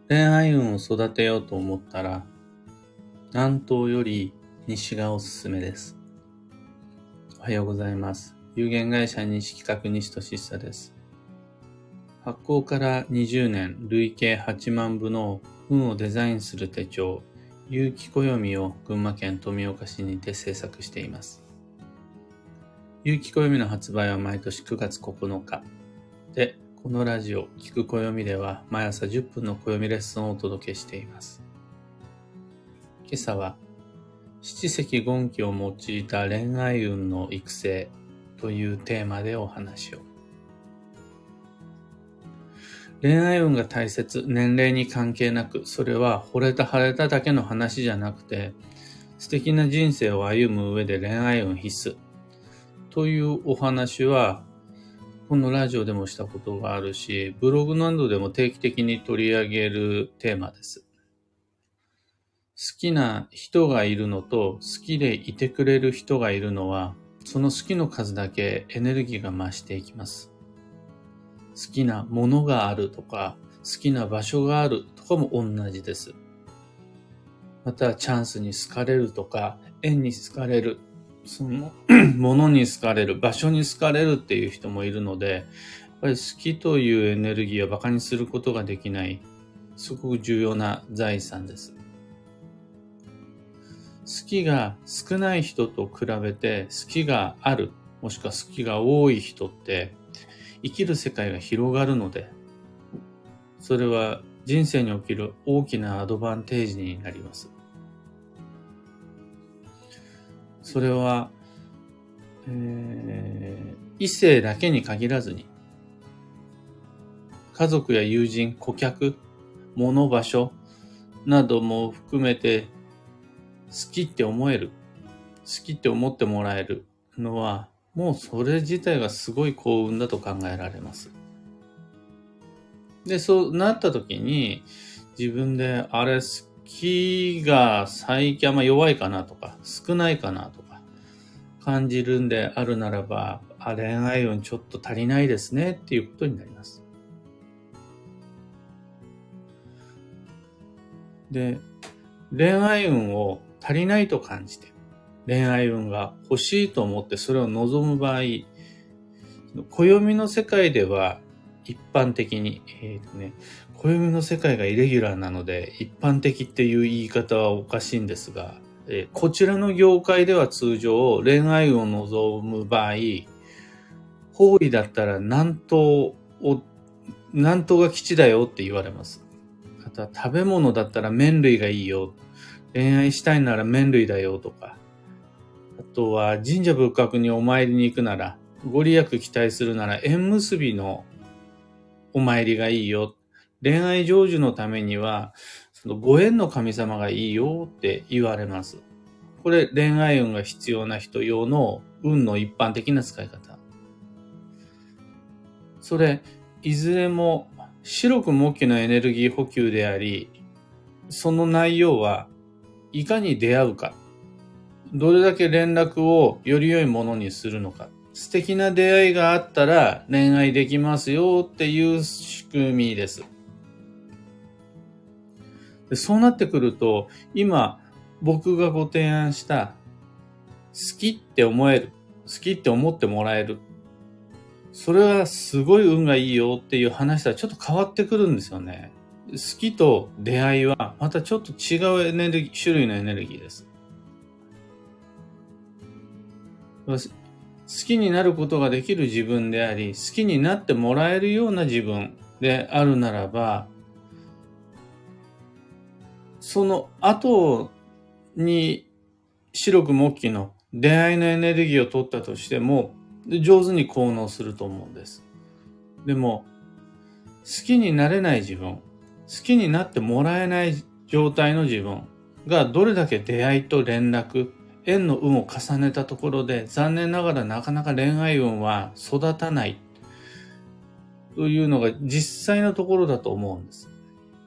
恋愛運を育てようと思ったら、南東より西がおすすめです。おはようございます。有限会社西企画西俊久です。発行から20年、累計8万部の運をデザインする手帳、有機暦を群馬県富岡市にて制作しています。有機暦の発売は毎年9月9日で、このラジオ、聞く暦では毎朝10分の暦レッスンをお届けしています。今朝は、七石権気を用いた恋愛運の育成というテーマでお話を。恋愛運が大切、年齢に関係なく、それは惚れた腫れただけの話じゃなくて、素敵な人生を歩む上で恋愛運必須というお話は、このラジオでもしたことがあるし、ブログなどでも定期的に取り上げるテーマです。好きな人がいるのと好きでいてくれる人がいるのは、その好きの数だけエネルギーが増していきます。好きなものがあるとか、好きな場所があるとかも同じです。また、チャンスに好かれるとか、縁に好かれる、そのものに好かれる、場所に好かれるっていう人もいるので、やっぱり好きというエネルギーは馬鹿にすることができない、すごく重要な財産です。好きが少ない人と比べて好きがある、もしくは好きが多い人って生きる世界が広がるので、それは人生における大きなアドバンテージになります。それは、異性だけに限らずに、家族や友人、顧客、物、場所なども含めて好きって思える、好きって思ってもらえるのは、もうそれ自体がすごい幸運だと考えられます。で、そうなった時に、自分で、あれ好きが最近あんま弱いかなとか、少ないかなとか、感じるんであるならば、恋愛運ちょっと足りないですねっていうことになります。で、恋愛運を足りないと感じて、恋愛運が欲しいと思ってそれを望む場合、暦の世界では一般的に、暦の世界がイレギュラーなので一般的っていう言い方はおかしいんですが、こちらの業界では通常恋愛運を望む場合、方位だったら南東が吉だよって言われます。あとは食べ物だったら麺類がいいよ。恋愛したいなら麺類だよとか。あとは神社仏閣にお参りに行くなら、ご利益期待するなら縁結びのお参りがいいよ。恋愛成就のためには、そのご縁の神様がいいよって言われます。これ恋愛運が必要な人用の運の一般的な使い方。それ、いずれも白く木器のエネルギー補給であり、その内容はいかに出会うか、どれだけ連絡をより良いものにするのか、素敵な出会いがあったら恋愛できますよっていう仕組みです。で、そうなってくると、今僕がご提案した好きって思える、好きって思ってもらえる、それはすごい運がいいよっていう話とはちょっと変わってくるんですよね。好きと出会いはまたちょっと違うエネルギー、種類のエネルギーです。好きになることができる自分であり、好きになってもらえるような自分であるならば、その後に白く木器の出会いのエネルギーを取ったとしても、上手に効能すると思うんです。でも、好きになれない自分、好きになってもらえない状態の自分がどれだけ出会いと連絡、縁の運を重ねたところで、残念ながらなかなか恋愛運は育たないというのが実際のところだと思うんです。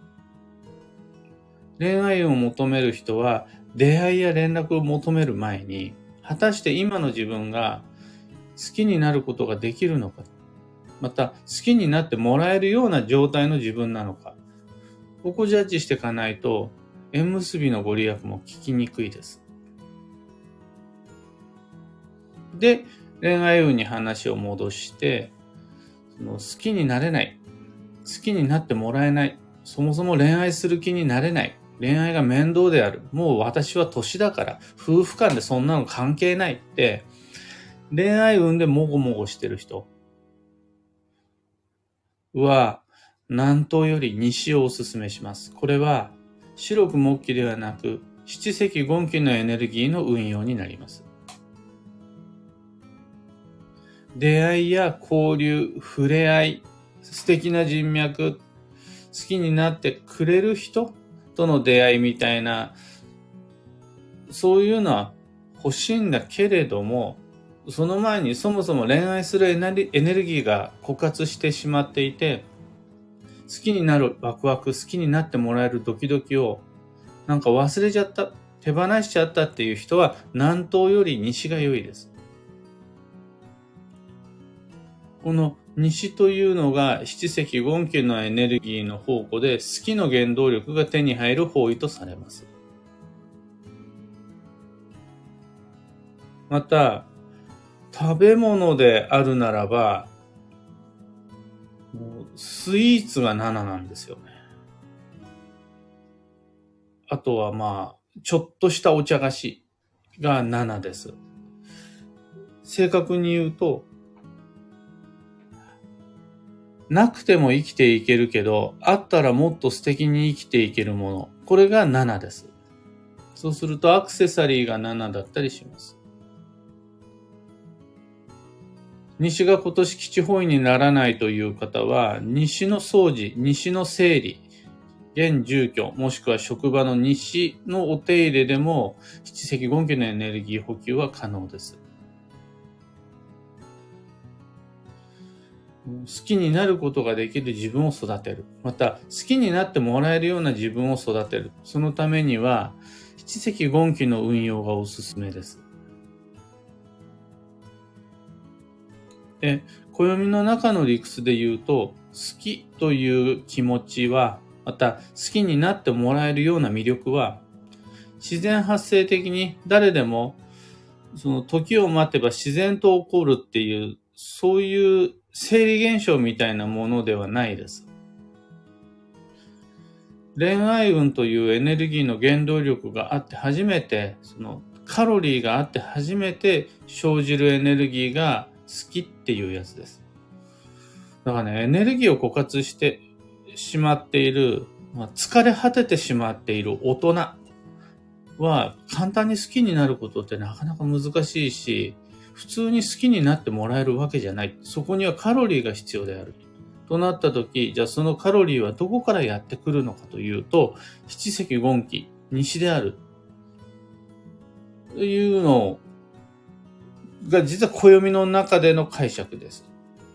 恋愛運を求める人は出会いや連絡を求める前に、果たして今の自分が好きになることができるのか、また好きになってもらえるような状態の自分なのか、 ここジャッジしていかないと、縁結びのご利益も聞きにくいです。で、恋愛運に話を戻して、好きになれない。好きになってもらえない。そもそも恋愛する気になれない。恋愛が面倒である。もう私は年だから、夫婦間でそんなの関係ないって、恋愛運でもごもごしてる人は、南東より西をお勧めします。これは、白く木器ではなく、七石権器のエネルギーの運用になります。出会いや交流、触れ合い、素敵な人脈、好きになってくれる人との出会いみたいな、そういうのは欲しいんだけれども、その前にそもそも恋愛するエネルギーが枯渇してしまっていて、好きになるワクワク、好きになってもらえるドキドキをなんか忘れちゃった、手放しちゃったっていう人は南東より西が良いです。この西というのが七石権器のエネルギーの宝庫で好きの原動力が手に入る方位とされます。また、食べ物であるならば、スイーツが7なんですよね。あとはちょっとしたお茶菓子が7です。正確に言うと、なくても生きていけるけど、あったらもっと素敵に生きていけるもの。これが7です。そうするとアクセサリーが7だったりします。西が今年基地方位にならないという方は、西の掃除、西の整理、現住居、もしくは職場の西のお手入れでも、七石権器のエネルギー補給は可能です。好きになることができる自分を育てる。また、好きになってもらえるような自分を育てる。そのためには、七石権器の運用がおすすめです。で、暦の中の理屈で言うと、好きという気持ちは、また好きになってもらえるような魅力は、自然発生的に誰でも、その時を待てば自然と起こるっていう、そういう生理現象みたいなものではないです。恋愛運というエネルギーの原動力があって初めて、そのカロリーがあって初めて生じるエネルギーが好きっていうやつです。だからね、エネルギーを枯渇してしまっている、疲れ果ててしまっている大人は簡単に好きになることってなかなか難しいし、普通に好きになってもらえるわけじゃない。そこにはカロリーが必要である。となったとき、じゃあそのカロリーはどこからやってくるのかというと、七石権器、西である。というのが実は暦の中での解釈です。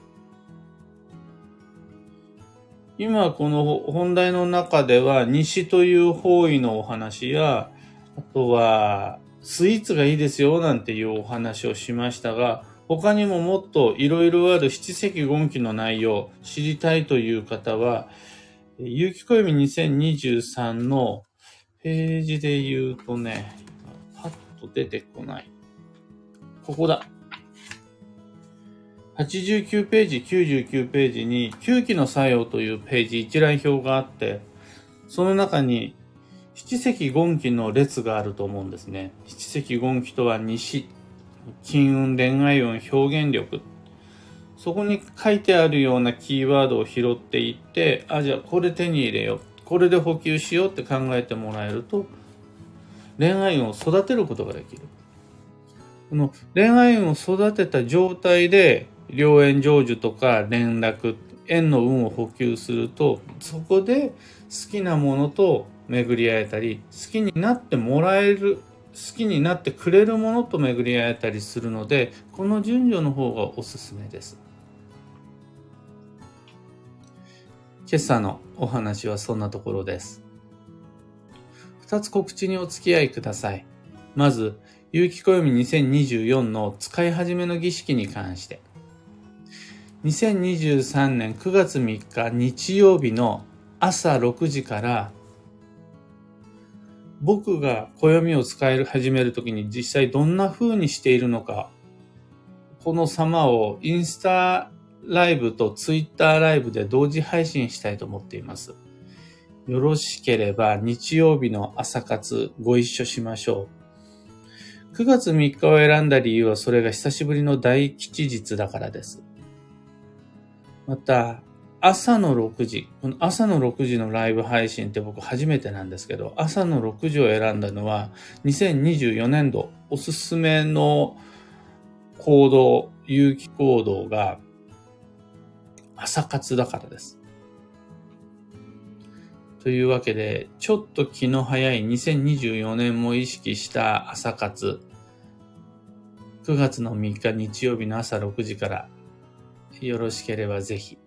今この本題の中では西という方位のお話や、あとはスイーツがいいですよなんていうお話をしましたが、他にももっといろいろある七石権器の内容知りたいという方は、有機暦2023のページで言うとね、パッと出てこない。ここだ。89ページ、99ページに、九期の作用というページ一覧表があって、その中に、七石権器の列があると思うんですね。七石権器とは西、金運、恋愛運、表現力。そこに書いてあるようなキーワードを拾っていって、じゃあこれ手に入れよう。これで補給しようって考えてもらえると、恋愛運を育てることができる。この恋愛運を育てた状態で、良縁成就とか連絡、縁の運を補給すると、そこで好きなものと巡り合えたり、好きになってもらえる、好きになってくれるものと巡り合えたりするので、この順序の方がおすすめです。今朝のお話はそんなところです。2つ告知にお付き合いください。まず、有機暦2024の使い始めの儀式に関して。2023年9月3日日曜日の朝6時から僕が暦を始めるときに実際どんな風にしているのか、この様をインスタライブとツイッターライブで同時配信したいと思っています。よろしければ日曜日の朝活ご一緒しましょう。9月3日を選んだ理由はそれが久しぶりの大吉日だからです。また、朝の6時、この朝の6時のライブ配信って僕初めてなんですけど、朝の6時を選んだのは2024年度おすすめの有機行動が朝活だからです。というわけで、ちょっと気の早い2024年も意識した朝活、9月の3日日曜日の朝6時からよろしければぜひ。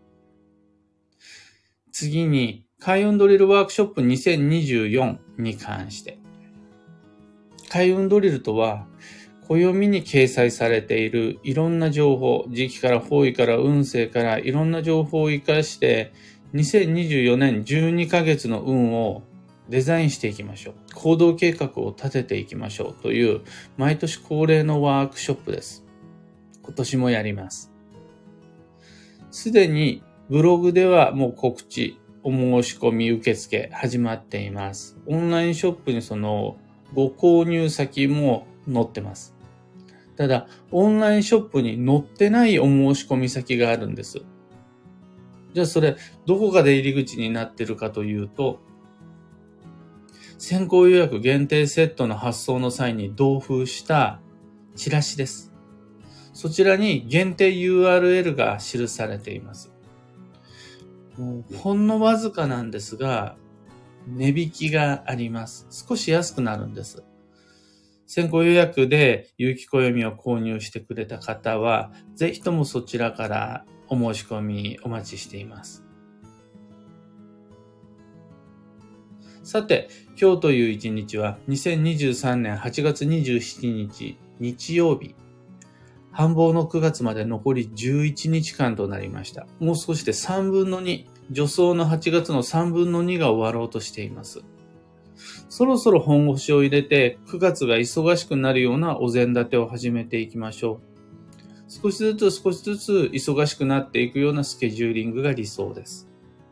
次に、開運ドリルワークショップ2024に関して。開運ドリルとは、暦に掲載されているいろんな情報、時期から方位から運勢からいろんな情報を活かして、2024年12ヶ月の運をデザインしていきましょう。行動計画を立てていきましょうという毎年恒例のワークショップです。今年もやります。すでにブログではもう告知、お申し込み受付始まっています。オンラインショップにそのご購入先も載ってます。ただ、オンラインショップに載ってないお申し込み先があるんです。じゃあそれ、どこが出入り口になってるかというと、先行予約限定セットの発送の際に同封したチラシです。そちらに限定 URL が記されています。もうほんのわずかなんですが、値引きがあります。少し安くなるんです。先行予約で有機暦を購入してくれた方は、ぜひともそちらからお申し込みお待ちしています。さて、今日という一日は2023年8月27日日曜日。繁忙の9月まで残り11日間となりました。もう少しで3分の2、助走の8月の3分の2が終わろうとしています。そろそろ本腰を入れて9月が忙しくなるようなお膳立てを始めていきましょう。少しずつ忙しくなっていくようなスケジューリングが理想です。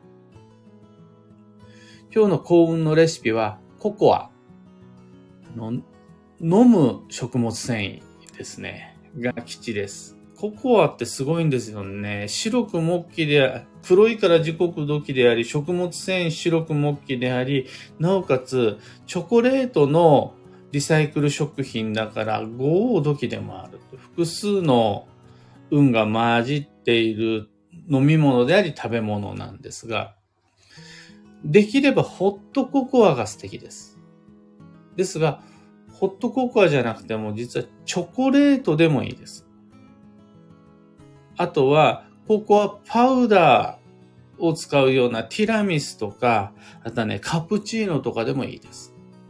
今日の幸運のレシピはココアの飲む食物繊維ですね。が吉です。ココアってすごいんですよね。白く木器で、黒いから時刻土器であり、食物繊維白く木器であり、なおかつチョコレートのリサイクル食品だから5土器でもある。複数の運が混じっている飲み物であり食べ物なんですが、できればホットココアが素敵です。ですが、ホットココアじゃなくても実はチョコレートでもいいです。あとはココアパウダーを使うようなティラミスとか、あとはね、カプチーノとかでもいいです。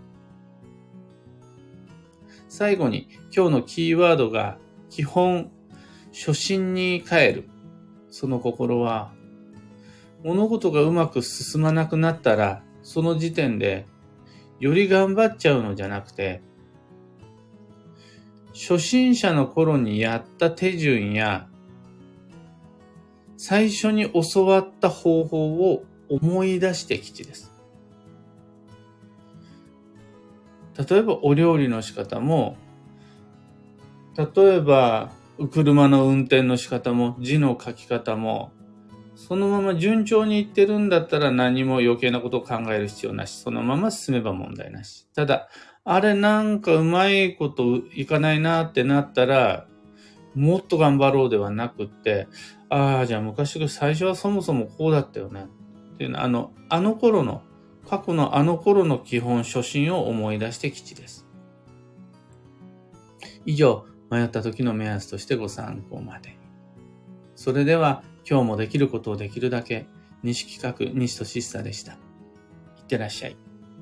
最後に今日のキーワードが基本初心に帰る。その心は物事がうまく進まなくなったらその時点でより頑張っちゃうのじゃなくて、初心者の頃にやった手順や最初に教わった方法を思い出して吉です。例えばお料理の仕方も、例えば車の運転の仕方も、字の書き方も、そのまま順調にいってるんだったら何も余計なことを考える必要なし、そのまま進めば問題なし。ただ、あれなんかうまいこといかないなってなったら、もっと頑張ろうではなくって、じゃあ昔が最初はそもそもこうだったよね。っていうのは、過去のあの頃の基本初心を思い出して吉です。以上、迷った時の目安としてご参考まで。それでは、今日もできることをできるだけ、西企画、西俊久でした。いってらっしゃい。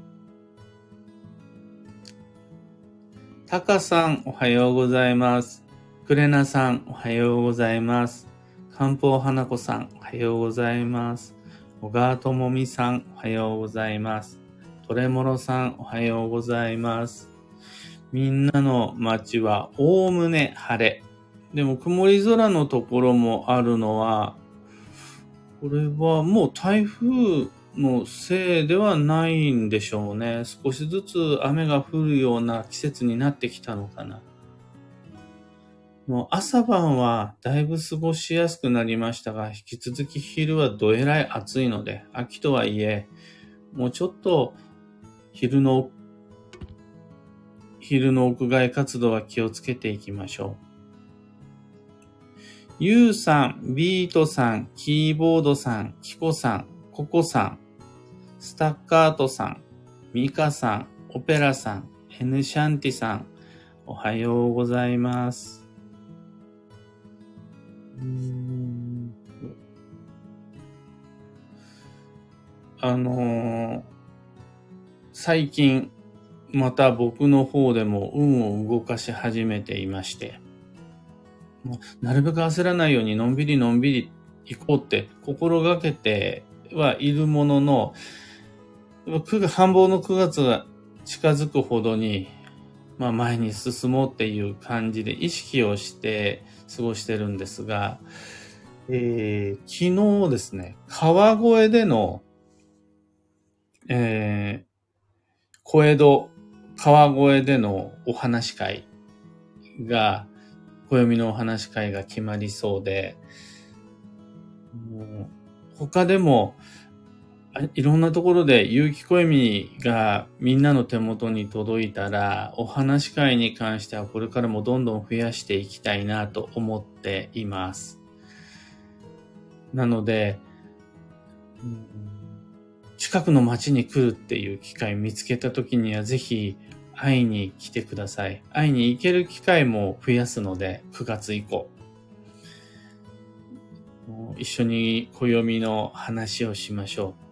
タカさん、おはようございます。クレナさん、おはようございます。漢方花子さん、おはようございます。 小川智美さん、おはようございます。トレモロさん、おはようございます。みんなの街はおおむね晴れ。でも曇り空のところもあるのは、これはもう台風のせいではないんでしょうね。少しずつ雨が降るような季節になってきたのかな。もう朝晩はだいぶ過ごしやすくなりましたが、引き続き昼はどえらい暑いので、秋とはいえ、もうちょっと昼の屋外活動は気をつけていきましょう。ゆうさん、ビートさん、キーボードさん、キコさん、ココさん、スタッカートさん、ミカさん、オペラさん、エヌシャンティさん、おはようございます。最近、また僕の方でも運を動かし始めていまして、なるべく焦らないようにのんびり行こうって心がけてはいるものの、繁忙の9月が近づくほどに、前に進もうっていう感じで意識をして過ごしてるんですが、昨日ですね、川越での、小江戸川越でのお話し会が、暦のお話し会が決まりそうで、他でもいろんなところで有機暦がみんなの手元に届いたら、お話し会に関してはこれからもどんどん増やしていきたいなと思っています。なので、近くの町に来るっていう機会見つけた時にはぜひ会いに来てください。会いに行ける機会も増やすので、9月以降。一緒に暦の話をしましょ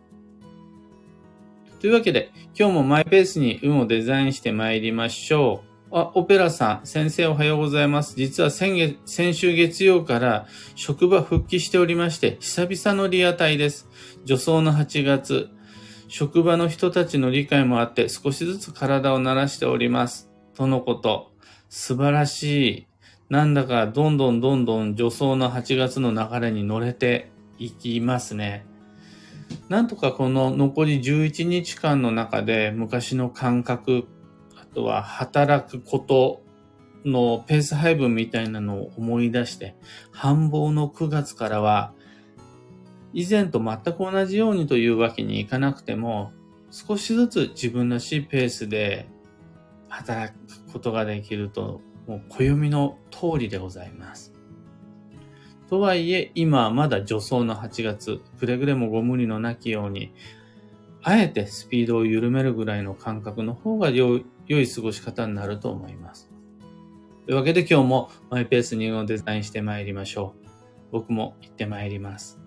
う。というわけで、今日もマイペースに運をデザインして参りましょう。オペラさん、先生おはようございます。実は先週月曜から職場復帰しておりまして、久々のリアタイです。助走の8月、職場の人たちの理解もあって少しずつ体を慣らしております。とのこと。素晴らしい。なんだかどんどん助走の8月の流れに乗れていきますね。なんとかこの残り11日間の中で昔の感覚、あとは働くことのペース配分みたいなのを思い出して、繁忙の9月からは以前と全く同じようにというわけにいかなくても、少しずつ自分らしいペースで働くことができると、もう暦の通りでございます。とはいえ、今はまだ助走の8月、くれぐれもご無理のなきように、あえてスピードを緩めるぐらいの感覚の方が良い過ごし方になると思います。というわけで今日もマイペースに運をデザインして参りましょう。僕も行って参ります。